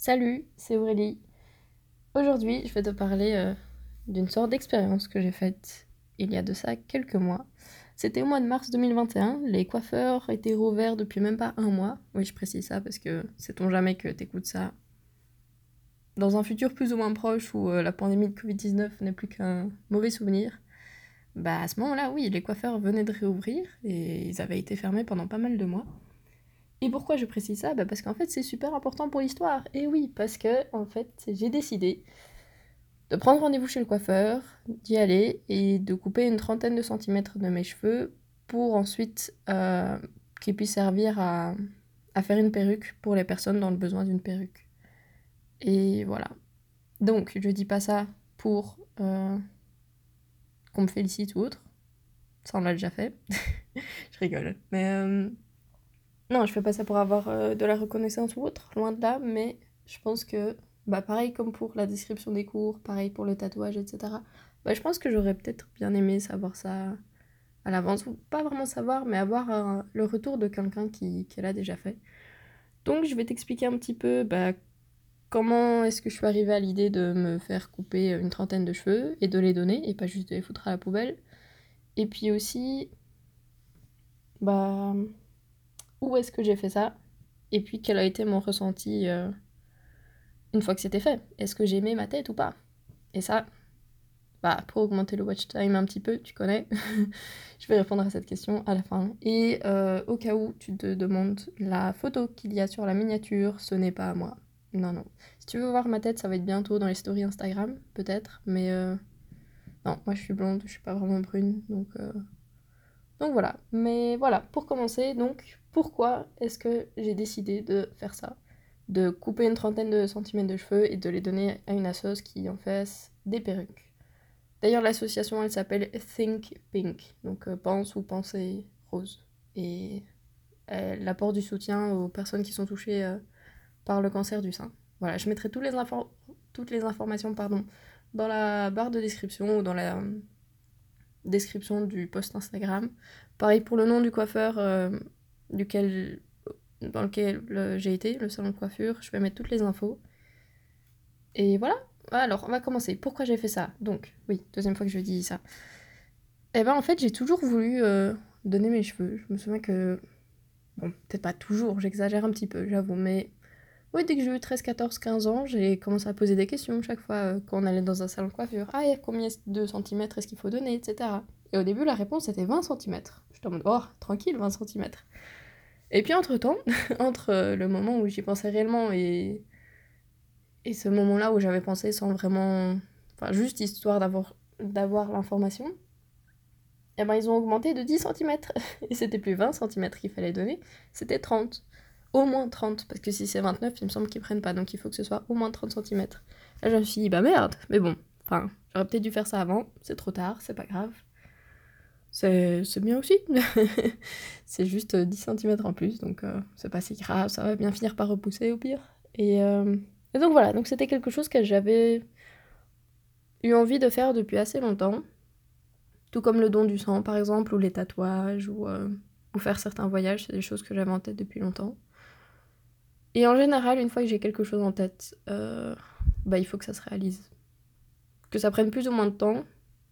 Salut, c'est Aurélie. Aujourd'hui, je vais te parler d'une sorte d'expérience que j'ai faite il y a de ça quelques mois. C'était au mois de mars 2021, les coiffeurs étaient rouverts depuis même pas un mois. Oui, je précise ça parce que sait-on jamais que t'écoutes ça dans un futur plus ou moins proche où la pandémie de Covid-19 n'est plus qu'un mauvais souvenir. Bah à ce moment-là, oui, les coiffeurs venaient de réouvrir et ils avaient été fermés pendant pas mal de mois. Et pourquoi je précise ça? Parce qu'en fait, c'est super important pour l'histoire. Et oui, parce que en fait, j'ai décidé de prendre rendez-vous chez le coiffeur, d'y aller et de couper une trentaine de centimètres de mes cheveux pour ensuite qu'ils puissent servir à faire une perruque pour les personnes dans le besoin d'une perruque. Et voilà. Donc, je dis pas ça pour qu'on me félicite ou autre. Ça, on l'a déjà fait. Je rigole. Mais non, je fais pas ça pour avoir de la reconnaissance ou autre, loin de là, mais je pense que, bah pareil comme pour la description des cours, pareil pour le tatouage, etc. Bah je pense que j'aurais peut-être bien aimé savoir ça à l'avance, ou pas vraiment savoir, mais avoir le retour de quelqu'un qui l'a déjà fait. Donc je vais t'expliquer un petit peu bah, comment est-ce que je suis arrivée à l'idée de me faire couper une trentaine de cheveux et de les donner, et pas juste de les foutre à la poubelle. Et puis aussi, bah, où est-ce que j'ai fait ça, et puis quel a été mon ressenti une fois que c'était fait. Est-ce que j'ai aimé ma tête ou pas? Et ça, bah, pour augmenter le watch time un petit peu, tu connais, je vais répondre à cette question à la fin. Et au cas où tu te demandes, la photo qu'il y a sur la miniature, ce n'est pas à moi. Non, non. Si tu veux voir ma tête, ça va être bientôt dans les stories Instagram, peut-être, mais non, moi je suis blonde, je suis pas vraiment brune, donc voilà. Mais voilà, pour commencer, donc, pourquoi est-ce que j'ai décidé de faire ça? De couper une trentaine de centimètres de cheveux et de les donner à une assoce qui en fasse des perruques. D'ailleurs, l'association, elle s'appelle Think Pink, donc pense ou penser rose. Et elle apporte du soutien aux personnes qui sont touchées par le cancer du sein. Voilà, je mettrai toutes les informations dans la barre de description ou dans la description du post Instagram. Pareil pour le nom du coiffeur duquel, dans lequel j'ai été, le salon de coiffure, je vais mettre toutes les infos. Et voilà. Alors, on va commencer. Pourquoi j'ai fait ça? Donc, oui, deuxième fois que je dis ça. Eh ben, en fait, j'ai toujours voulu donner mes cheveux. Je me souviens que... Bon, peut-être pas toujours, j'exagère un petit peu, j'avoue, mais... Oui, dès que j'ai eu 13, 14, 15 ans, j'ai commencé à poser des questions chaque fois quand on allait dans un salon de coiffure. Ah, et combien de centimètres est-ce qu'il faut donner, etc. Et au début, la réponse était 20 centimètres. J'étais en mode, oh, tranquille, 20 centimètres. Et puis, entre-temps, entre le moment où j'y pensais réellement et ce moment-là où j'avais pensé sans vraiment... Enfin, juste histoire d'avoir l'information, eh ben, ils ont augmenté de 10 centimètres. Et c'était plus 20 centimètres qu'il fallait donner, c'était 30. Au moins 30, parce que si c'est 29, il me semble qu'ils prennent pas, donc il faut que ce soit au moins 30 centimètres. Là, je me suis dit, bah merde, mais bon, enfin, j'aurais peut-être dû faire ça avant, c'est trop tard, c'est pas grave. C'est bien aussi. C'est juste 10 centimètres en plus, donc c'est pas si grave, ça va bien finir par repousser au pire. Et donc voilà, donc c'était quelque chose que j'avais eu envie de faire depuis assez longtemps. Tout comme le don du sang, par exemple, ou les tatouages, ou faire certains voyages, c'est des choses que j'avais en tête depuis longtemps. Et en général, une fois que j'ai quelque chose en tête, bah, il faut que ça se réalise. Que ça prenne plus ou moins de temps,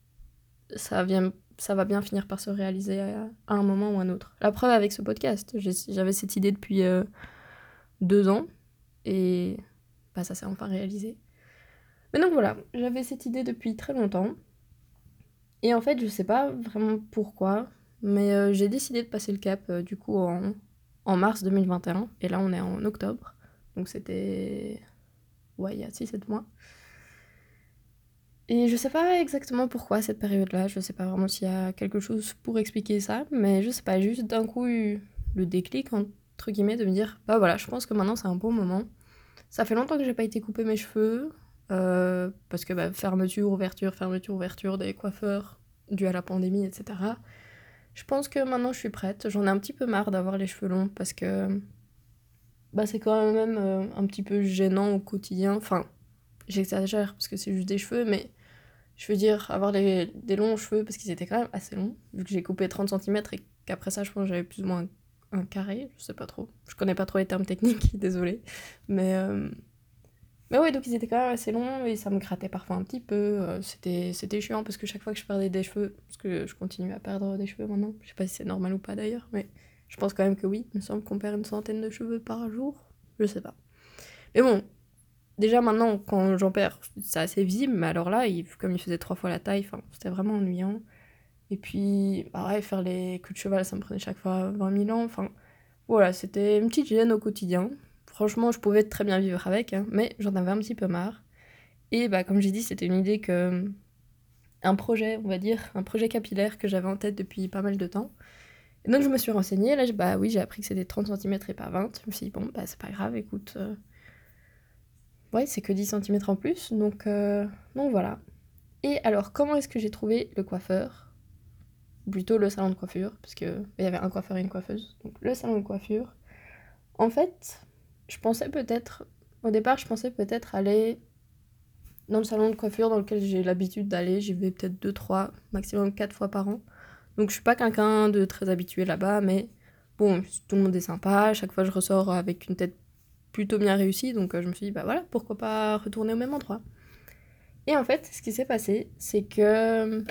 ça va bien finir par se réaliser à un moment ou à un autre. La preuve avec ce podcast, j'avais cette idée depuis 2 ans, et bah, ça s'est enfin réalisé. Mais donc voilà, j'avais cette idée depuis très longtemps, et en fait, je sais pas vraiment pourquoi, mais j'ai décidé de passer le cap du coup en mars 2021, et là on est en octobre, donc c'était... Ouais, il y a 6 7 mois. Et je sais pas exactement pourquoi cette période-là, je sais pas vraiment s'il y a quelque chose pour expliquer ça, mais je sais pas, juste d'un coup eu le déclic, entre guillemets, de me dire, bah voilà, je pense que maintenant c'est un bon moment. Ça fait longtemps que j'ai pas été couper mes cheveux, parce que bah, fermeture, ouverture des coiffeurs dû à la pandémie, etc. Je pense que maintenant je suis prête, j'en ai un petit peu marre d'avoir les cheveux longs, parce que bah, c'est quand même un petit peu gênant au quotidien, enfin, j'exagère parce que c'est juste des cheveux, mais je veux dire, avoir des longs cheveux, parce qu'ils étaient quand même assez longs, vu que j'ai coupé 30 centimètres et qu'après ça, je pense que j'avais plus ou moins un carré, je sais pas trop. Je connais pas trop les termes techniques, désolée. Mais Mais ouais, donc ils étaient quand même assez longs et ça me grattait parfois un petit peu. C'était chiant parce que chaque fois que je perdais des cheveux, parce que je continue à perdre des cheveux maintenant, je sais pas si c'est normal ou pas d'ailleurs, mais je pense quand même que oui. Il me semble qu'on perd une centaine de cheveux par jour. Je sais pas. Mais bon, déjà maintenant, quand j'en perds, c'est assez visible, mais alors là, comme il faisait 3 fois la taille, c'était vraiment ennuyant. Et puis, pareil, faire les coups de cheval, ça me prenait chaque fois 20 000 ans. Enfin, voilà, c'était une petite gêne au quotidien. Franchement, je pouvais très bien vivre avec, hein, mais j'en avais un petit peu marre. Et bah, comme j'ai dit, c'était une idée que. Un projet, on va dire, un projet capillaire que j'avais en tête depuis pas mal de temps. Et donc, je me suis renseignée. Là, bah oui, j'ai appris que c'était 30 centimètres et pas 20. Je me suis dit, bon, bah, c'est pas grave, écoute. Ouais, c'est que 10 centimètres en plus. Donc voilà. Et alors, comment est-ce que j'ai trouvé le coiffeur? Ou plutôt le salon de coiffure, parce qu'il y avait un coiffeur et une coiffeuse. Donc, le salon de coiffure. En fait, je pensais peut-être. Au départ, je pensais peut-être aller dans le salon de coiffure dans lequel j'ai l'habitude d'aller. J'y vais peut-être 2, 3, maximum 4 fois par an. Donc je suis pas quelqu'un de très habitué là-bas, mais bon, tout le monde est sympa. À chaque fois, je ressors avec une tête plutôt bien réussie. Donc je me suis dit, bah voilà, pourquoi pas retourner au même endroit. Et en fait, ce qui s'est passé, c'est que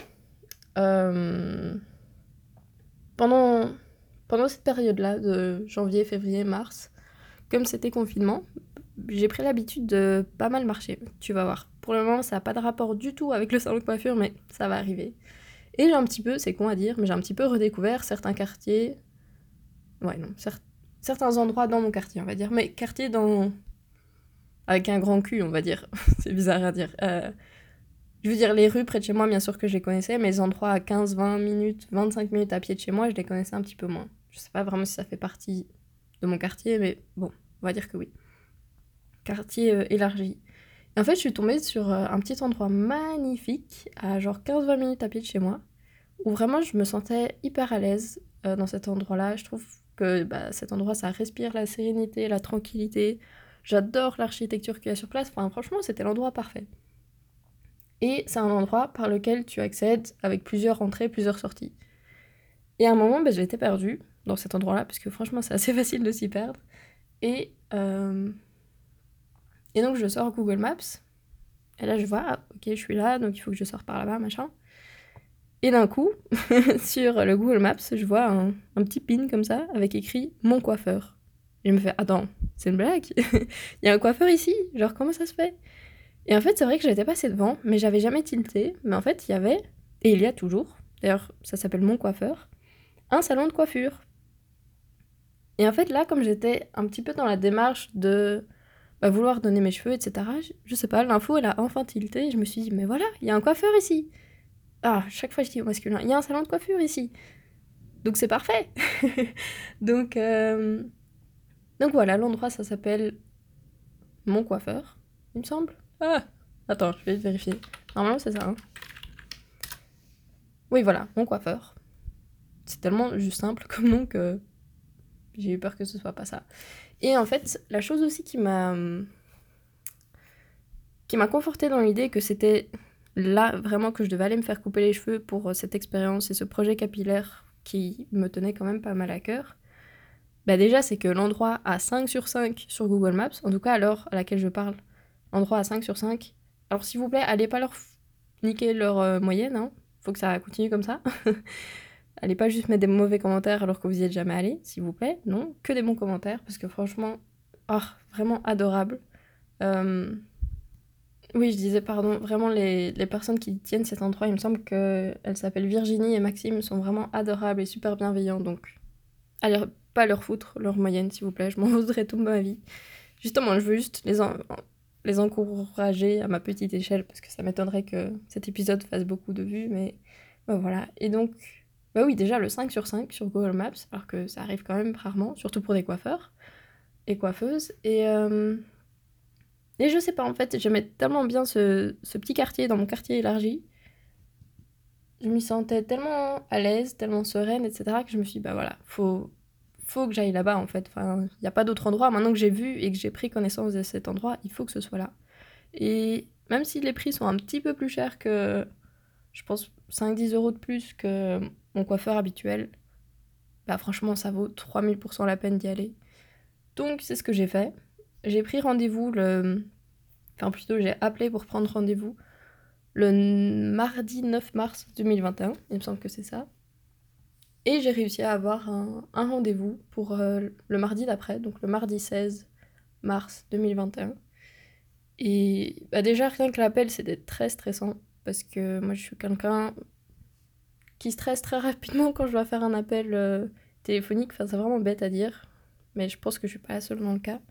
euh, pendant, pendant cette période-là, de janvier, février, mars, comme c'était confinement, j'ai pris l'habitude de pas mal marcher. Tu vas voir. Pour le moment, ça n'a pas de rapport du tout avec le salon de coiffure, mais ça va arriver. Et j'ai un petit peu, c'est con à dire, mais j'ai un petit peu redécouvert certains quartiers. Ouais, non, certains endroits dans mon quartier, on va dire. Mais quartier dans. Avec un grand cul, on va dire. C'est bizarre à dire. Je veux dire, les rues près de chez moi, bien sûr que je les connaissais, mais les endroits à 15, 20 minutes, 25 minutes à pied de chez moi, je les connaissais un petit peu moins. Je sais pas vraiment si ça fait partie de mon quartier, mais bon, on va dire que oui. Quartier élargi. Et en fait, je suis tombée sur un petit endroit magnifique, à genre 15-20 minutes à pied de chez moi, où vraiment je me sentais hyper à l'aise dans cet endroit-là. Je trouve que bah, cet endroit, ça respire la sérénité, la tranquillité. J'adore l'architecture qu'il y a sur place. Enfin, franchement, c'était l'endroit parfait. Et c'est un endroit par lequel tu accèdes avec plusieurs entrées, plusieurs sorties. Et à un moment, bah, j'étais perdue dans cet endroit-là, parce que franchement, c'est assez facile de s'y perdre. Et, euh, et donc, je sors Google Maps. Et là, je vois, ah, ok, je suis là, donc il faut que je sorte par là-bas, machin. Et d'un coup, sur le Google Maps, je vois un petit pin comme ça, avec écrit « Mon coiffeur ». Et je me fais « Attends, c'est une blague? Il y a un coiffeur ici? Genre, comment ça se fait ?» Et en fait, c'est vrai que j'étais passée devant, mais j'avais jamais tilté. Mais en fait, il y avait, et il y a toujours, d'ailleurs, ça s'appelle Mon coiffeur, un salon de coiffure. Et en fait, là, comme j'étais un petit peu dans la démarche de vouloir donner mes cheveux, etc., je sais pas, l'info, elle a enfin tilté, et je me suis dit « Mais voilà, il y a un coiffeur ici !» Ah, chaque fois je dis au masculin, il y a un salon de coiffure ici. Donc c'est parfait. donc, euh, donc voilà, l'endroit ça s'appelle Mon coiffeur, il me semble. Ah, attends, je vais vérifier. Normalement c'est ça. Hein. Oui voilà, Mon coiffeur. C'est tellement juste simple comme nom que j'ai eu peur que ce soit pas ça. Et en fait, la chose aussi qui m'a confortée dans l'idée que c'était là vraiment que je devais aller me faire couper les cheveux pour cette expérience et ce projet capillaire qui me tenait quand même pas mal à cœur. Bah déjà, c'est que l'endroit a 5 sur 5 sur Google Maps, en tout cas à l'heure à laquelle je parle, endroit à 5 sur 5. Alors s'il vous plaît, allez pas leur niquer leur moyenne, hein. Faut que ça continue comme ça. Allez pas juste mettre des mauvais commentaires alors que vous y êtes jamais allé, s'il vous plaît. Non, que des bons commentaires, parce que franchement, vraiment adorable. Oui, je disais, pardon, vraiment les personnes qui tiennent cet endroit, il me semble qu'elles s'appellent Virginie et Maxime, sont vraiment adorables et super bienveillants, donc allez pas leur foutre leur moyenne, s'il vous plaît, je m'en voudrais toute ma vie. Justement, je veux juste les encourager à ma petite échelle, parce que ça m'étonnerait que cet épisode fasse beaucoup de vues, mais voilà. Et donc, bah oui, déjà le 5 sur 5 sur Google Maps, alors que ça arrive quand même rarement, surtout pour des coiffeurs et coiffeuses. Et je sais pas, en fait, j'aimais tellement bien ce petit quartier dans mon quartier élargi. Je m'y sentais tellement à l'aise, tellement sereine, etc., que je me suis dit, bah voilà, faut que j'aille là-bas, en fait. Enfin, il n'y a pas d'autre endroit. Maintenant que j'ai vu et que j'ai pris connaissance de cet endroit, il faut que ce soit là. Et même si les prix sont un petit peu plus chers que, je pense, 5-10 € de plus que mon coiffeur habituel, bah franchement, ça vaut 3000% la peine d'y aller. Donc, c'est ce que j'ai fait. J'ai pris rendez-vous le enfin plutôt j'ai appelé pour prendre rendez-vous le mardi 9 mars 2021, il me semble que c'est ça. Et j'ai réussi à avoir un rendez-vous pour le mardi d'après, donc le mardi 16 mars 2021. Et bah déjà, rien que l'appel, c'était très stressant, parce que moi, je suis quelqu'un qui stresse très rapidement quand je dois faire un appel téléphonique. Enfin, c'est vraiment bête à dire, mais je pense que je suis pas la seule dans le cas.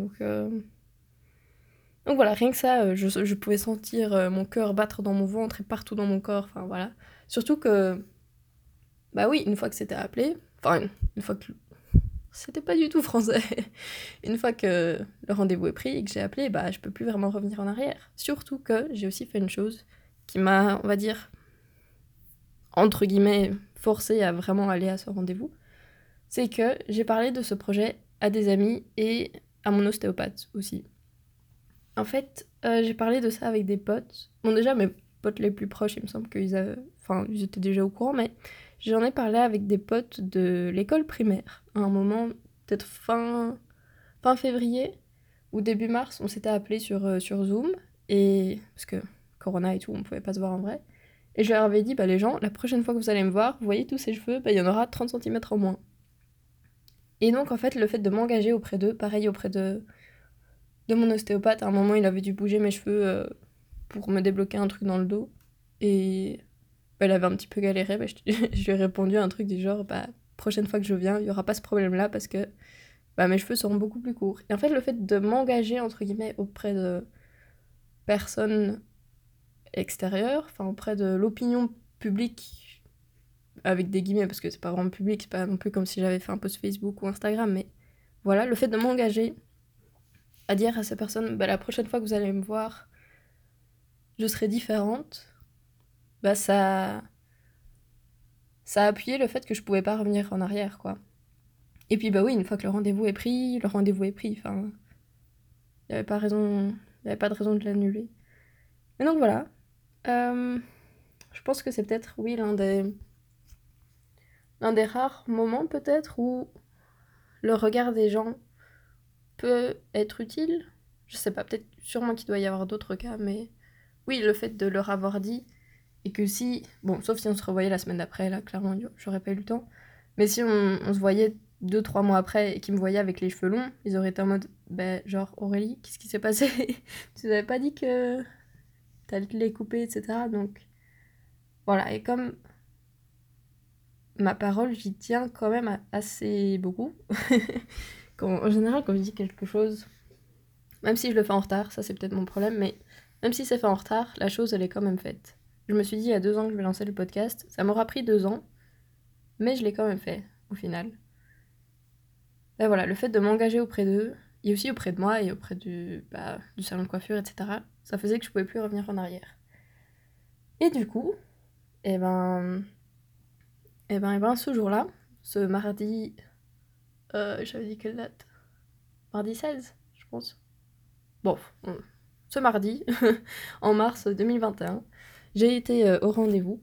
Donc voilà, rien que ça, je pouvais sentir mon cœur battre dans mon ventre et partout dans mon corps. Enfin voilà. Surtout que, bah oui, une fois que c'était appelé, enfin une fois que c'était pas du tout français. Une fois que le rendez-vous est pris et que j'ai appelé, bah je peux plus vraiment revenir en arrière. Surtout que j'ai aussi fait une chose qui m'a, on va dire, entre guillemets, forcé à vraiment aller à ce rendez-vous. C'est que j'ai parlé de ce projet à des amis et à mon ostéopathe aussi. En fait, j'ai parlé de ça avec des potes. Bon, déjà, mes potes les plus proches, il me semble ils étaient déjà au courant, mais j'en ai parlé avec des potes de l'école primaire. À un moment, peut-être fin février ou début mars, on s'était appelé sur Zoom. Et parce que Corona et tout, on pouvait pas se voir en vrai. Et je leur avais dit, bah les gens, la prochaine fois que vous allez me voir, vous voyez tous ces cheveux, bah il y en aura 30 cm en moins. Et donc, en fait, le fait de m'engager auprès d'eux, pareil auprès de mon ostéopathe, à un moment, il avait dû bouger mes cheveux pour me débloquer un truc dans le dos. Et bah, elle avait un petit peu galéré. Bah, je lui ai répondu un truc du genre, bah, prochaine fois que je viens, il n'y aura pas ce problème-là parce que bah, mes cheveux seront beaucoup plus courts. Et en fait, le fait de m'engager, entre guillemets, auprès de personnes extérieures, enfin, auprès de l'opinion publique, avec des guillemets, parce que c'est pas vraiment public, c'est pas non plus comme si j'avais fait un post Facebook ou Instagram, mais voilà, le fait de m'engager à dire à ces personnes, bah, la prochaine fois que vous allez me voir, je serai différente, bah ça a appuyé le fait que je pouvais pas revenir en arrière, quoi. Et puis bah oui, une fois que le rendez-vous est pris, enfin, il y avait pas raison, il y avait pas de raison de l'annuler. Mais donc voilà, euh, je pense que c'est peut-être, oui, l'un des rares moments peut-être où le regard des gens peut être utile. Je sais pas, peut-être sûrement qu'il doit y avoir d'autres cas, mais oui, le fait de leur avoir dit, et que si, bon, sauf si on se revoyait la semaine d'après, là, clairement, j'aurais pas eu le temps, mais si on se voyait 2-3 mois après et qu'ils me voyaient avec les cheveux longs, ils auraient été en mode, ben, genre, Aurélie, qu'est-ce qui s'est passé? Tu n'avais pas dit que t'allais te les couper, etc. Donc, voilà, et comme ma parole, j'y tiens quand même assez beaucoup. En général, quand je dis quelque chose, même si je le fais en retard, ça c'est peut-être mon problème, mais même si c'est fait en retard, la chose elle est quand même faite. Je me suis dit il y a 2 ans que je vais lancer le podcast, ça m'aura pris 2 ans, mais je l'ai quand même fait, au final. Et voilà, le fait de m'engager auprès d'eux, et aussi auprès de moi et auprès du salon de coiffure, etc., ça faisait que je pouvais plus revenir en arrière. Et du coup, eh ben, ce jour-là, ce mardi, j'avais dit quelle date? Mardi 16, je pense. Bon, ce mardi, en mars 2021, j'ai été au rendez-vous.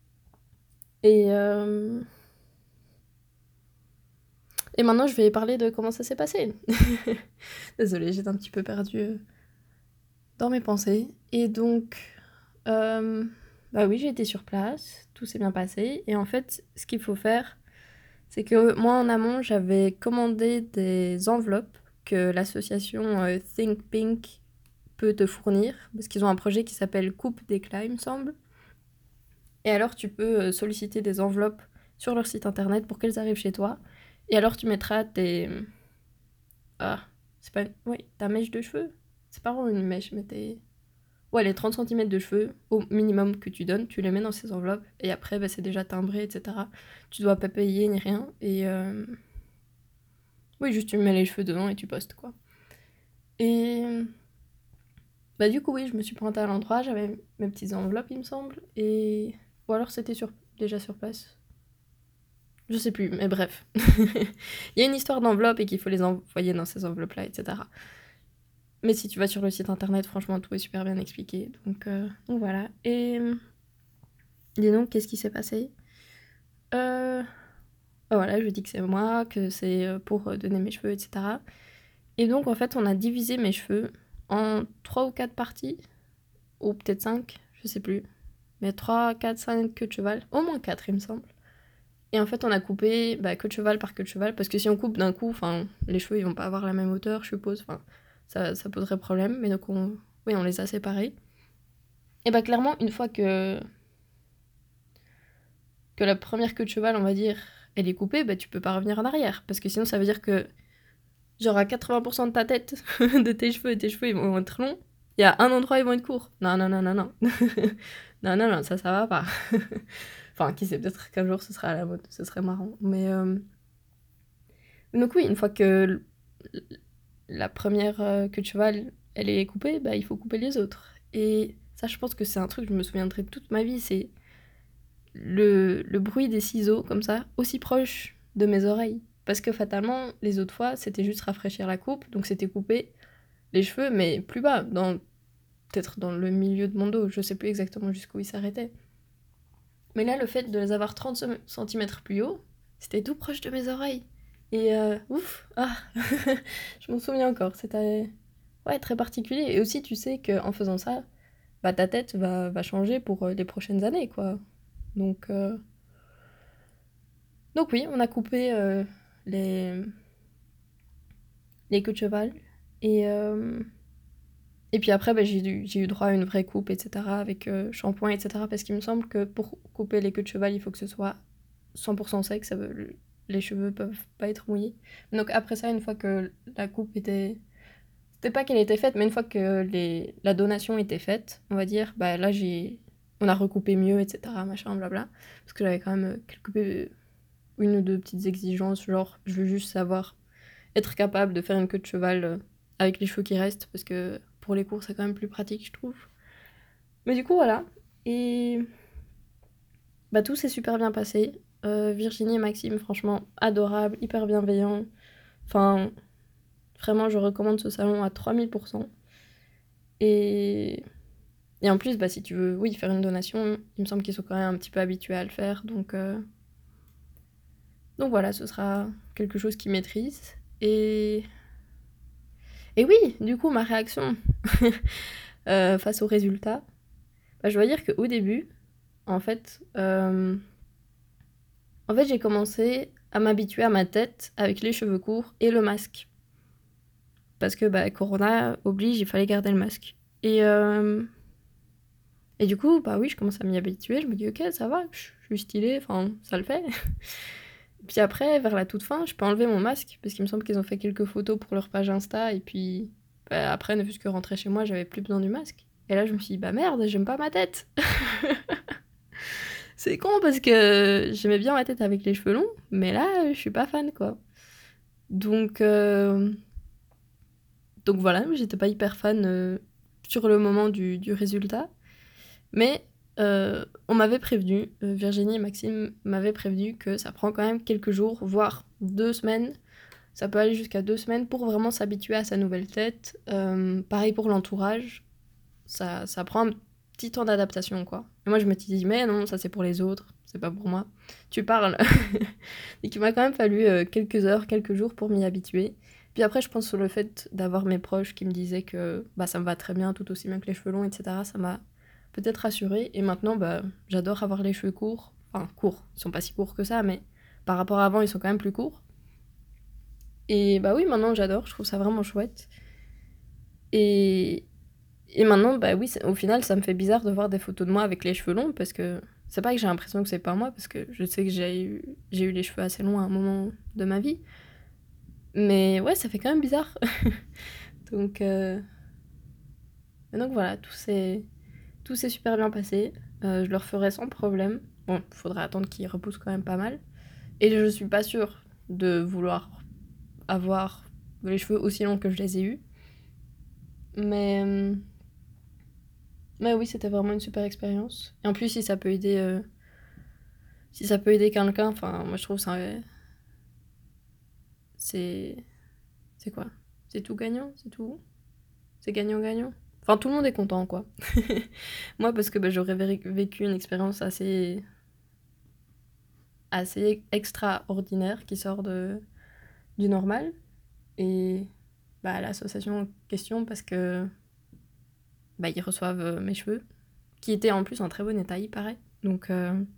Et maintenant, je vais parler de comment ça s'est passé. Désolée, j'étais un petit peu perdue dans mes pensées. Et donc, bah oui, j'ai été sur place, tout s'est bien passé. Et en fait, ce qu'il faut faire, c'est que moi, en amont, j'avais commandé des enveloppes que l'association Think Pink peut te fournir, parce qu'ils ont un projet qui s'appelle Coupe d'éclat, il me semble. Et alors, tu peux solliciter des enveloppes sur leur site internet pour qu'elles arrivent chez toi. Et alors, tu mettras tes... Ah, c'est pas... Oui, ta mèche de cheveux. C'est pas vraiment une mèche, mais tes... Ouais, les 30 cm de cheveux, au minimum que tu donnes, tu les mets dans ces enveloppes. Et après, bah, c'est déjà timbré, etc. Tu dois pas payer ni rien. Et... Oui, juste tu mets les cheveux dedans et tu postes, quoi. Et... Bah du coup, oui, je me suis pointée à l'endroit, j'avais mes petites enveloppes, il me semble. Et... Ou alors c'était déjà sur place. Je sais plus, mais bref. Il y a une histoire d'enveloppe et qu'il faut les envoyer dans ces enveloppes-là, etc. Mais si tu vas sur le site internet, franchement, tout est super bien expliqué. Donc voilà. Et dis donc, qu'est-ce qui s'est passé voilà, je dis que c'est moi, que c'est pour donner mes cheveux, etc. Et donc, en fait, on a divisé mes cheveux en 3 ou 4 parties, ou peut-être 5, je sais plus. Mais 3, 4, 5 queues de cheval, au moins 4 il me semble. Et en fait on a coupé queue de cheval par queue de cheval, parce que si on coupe d'un coup, les cheveux ils vont pas avoir la même hauteur, je suppose, ça poserait problème, mais donc on les a séparés. Et clairement, une fois que la première queue de cheval, on va dire, elle est coupée, tu peux pas revenir en arrière, parce que sinon ça veut dire que genre à 80% de ta tête, de tes cheveux ils vont être longs, il y a un endroit ils vont être courts. Non, non, non, non, non. Non, non, non, ça va pas. Enfin, qui sait, peut-être qu'un jour ce sera à la mode, ce serait marrant. Mais donc oui, une fois que la première queue de cheval, elle est coupée, il faut couper les autres. Et ça, je pense que c'est un truc que je me souviendrai toute ma vie, c'est le bruit des ciseaux, comme ça, aussi proche de mes oreilles. Parce que fatalement, les autres fois, c'était juste rafraîchir la coupe, donc c'était couper les cheveux, mais plus bas, peut-être dans le milieu de mon dos, je sais plus exactement jusqu'où ils s'arrêtaient. Mais là, le fait de les avoir 30 cm plus haut, c'était tout proche de mes oreilles. Et ouf, je m'en souviens encore, c'était très particulier. Et aussi, tu sais qu'en faisant ça, ta tête va changer pour les prochaines années, quoi. Donc oui, on a coupé les queues de cheval. Et puis après, j'ai eu droit à une vraie coupe, etc., avec shampoing, etc., parce qu'il me semble que pour couper les queues de cheval, il faut que ce soit 100% sec, les cheveux peuvent pas être mouillés. Donc après ça, une fois que la coupe était... C'était pas qu'elle était faite, mais une fois que la donation était faite, on va dire, là, on a recoupé mieux, etc., machin, blabla, parce que j'avais quand même une ou deux petites exigences, genre, je veux juste savoir être capable de faire une queue de cheval avec les cheveux qui restent, parce que pour les cours, c'est quand même plus pratique, je trouve. Mais du coup, voilà. Et tout s'est super bien passé. Virginie et Maxime, franchement, adorables, hyper bienveillants. Enfin, vraiment, je recommande ce salon à 3000%. Et en plus, si tu veux, oui, faire une donation, il me semble qu'ils sont quand même un petit peu habitués à le faire. Donc voilà, ce sera quelque chose qu'ils maîtrisent. Et oui, du coup, ma réaction face au résultat, je dois dire qu'au début, en fait, j'ai commencé à m'habituer à ma tête avec les cheveux courts et le masque. Parce que Corona oblige, il fallait garder le masque. Et du coup, oui, je commence à m'y habituer. Je me dis, ok, ça va, je suis stylée, ça le fait. Puis après, vers la toute fin, je peux enlever mon masque, parce qu'il me semble qu'ils ont fait quelques photos pour leur page Insta, et puis après, ne fût-ce que rentrer chez moi, j'avais plus besoin du masque. Et là, je me suis dit, merde, j'aime pas ma tête. C'est con, parce que j'aimais bien ma tête avec les cheveux longs, mais là, je suis pas fan, quoi. Donc voilà, j'étais pas hyper fan sur le moment du résultat. Mais on m'avait prévenu, Virginie et Maxime m'avaient prévenu que ça prend quand même quelques jours, voire 2 semaines. Ça peut aller jusqu'à 2 semaines pour vraiment s'habituer à sa nouvelle tête. Pareil pour l'entourage. Ça prend un petit temps d'adaptation, quoi. Et moi, je me suis dit, mais non, ça c'est pour les autres, c'est pas pour moi. Tu parles. Et qu'il m'a quand même fallu quelques heures, quelques jours pour m'y habituer. Puis après, je pense sur le fait d'avoir mes proches qui me disaient que ça me va très bien, tout aussi bien que les cheveux longs, etc. Ça m'a peut-être rassurée. Et maintenant, j'adore avoir les cheveux courts. Enfin, courts. Ils sont pas si courts que ça, mais par rapport à avant, ils sont quand même plus courts. Et oui, maintenant, j'adore. Je trouve ça vraiment chouette. Et maintenant, oui, au final, ça me fait bizarre de voir des photos de moi avec les cheveux longs, parce que c'est pas que j'ai l'impression que c'est pas moi, parce que je sais que j'ai eu les cheveux assez longs à un moment de ma vie. Mais ouais, ça fait quand même bizarre. donc voilà, tout s'est super bien passé. Je le referai sans problème. Bon, il faudra attendre qu'il repousse quand même pas mal. Et je suis pas sûre de vouloir avoir les cheveux aussi longs que je les ai eus. Mais oui, c'était vraiment une super expérience. Et en plus, si ça peut aider quelqu'un, moi je trouve ça c'est quoi? C'est tout gagnant, c'est gagnant-gagnant. Enfin, tout le monde est content, quoi. Moi, parce que j'aurais vécu une expérience assez extraordinaire qui sort du normal. Et l'association en question parce que ils reçoivent mes cheveux, qui étaient en plus en très bon état, il paraît. Donc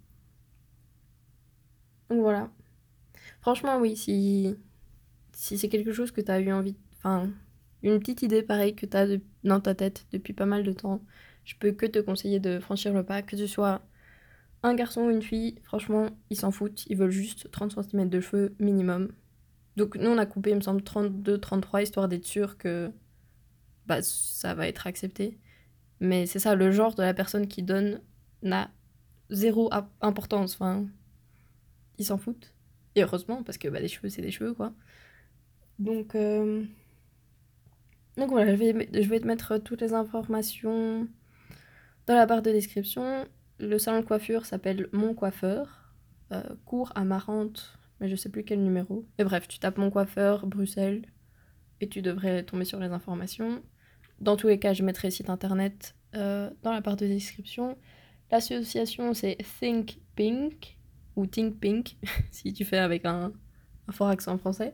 voilà. Franchement, oui, si c'est quelque chose que t'as eu envie... Enfin, une petite idée pareille que t'as dans ta tête depuis pas mal de temps, je peux que te conseiller de franchir le pas, que tu sois un garçon ou une fille, franchement, ils s'en foutent, ils veulent juste 30 centimètres de cheveux minimum. Donc nous, on a coupé, il me semble, 32, 33, histoire d'être sûr que ça va être accepté. Mais c'est ça, le genre de la personne qui donne n'a zéro importance. Enfin, ils s'en foutent. Et heureusement, parce que des cheveux, c'est des cheveux, quoi. Donc, euh, donc voilà, je vais te mettre toutes les informations dans la barre de description. Le salon de coiffure s'appelle Mon Coiffeur, cours à Marante, mais je sais plus quel numéro. Et bref, tu tapes Mon Coiffeur, Bruxelles, et tu devrais tomber sur les informations. Dans tous les cas, je mettrai le site internet dans la barre de description. L'association, c'est Think Pink, ou Think Pink, si tu fais avec un fort accent français.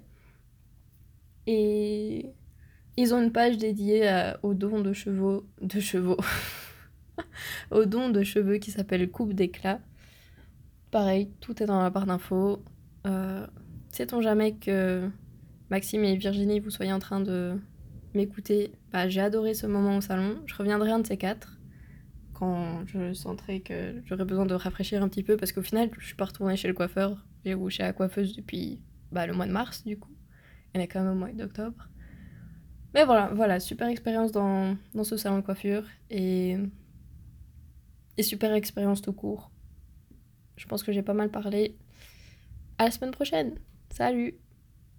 Et ils ont une page dédiée aux dons de chevaux, aux dons de cheveux qui s'appelle Coupe d'éclat. Pareil, tout est dans la barre d'infos. Sait-on jamais que Maxime et Virginie, vous soyez en train de m'écouter, j'ai adoré ce moment au salon. Je reviendrai un de ces quatre quand je sentirai que j'aurai besoin de rafraîchir un petit peu parce qu'au final, je suis pas retournée chez le coiffeur. J'ai chez la coiffeuse depuis le mois de mars du coup. Elle est quand même au mois d'octobre. Mais voilà, super expérience dans ce salon de coiffure et super expérience tout court. Je pense que j'ai pas mal parlé. À la semaine prochaine. Salut!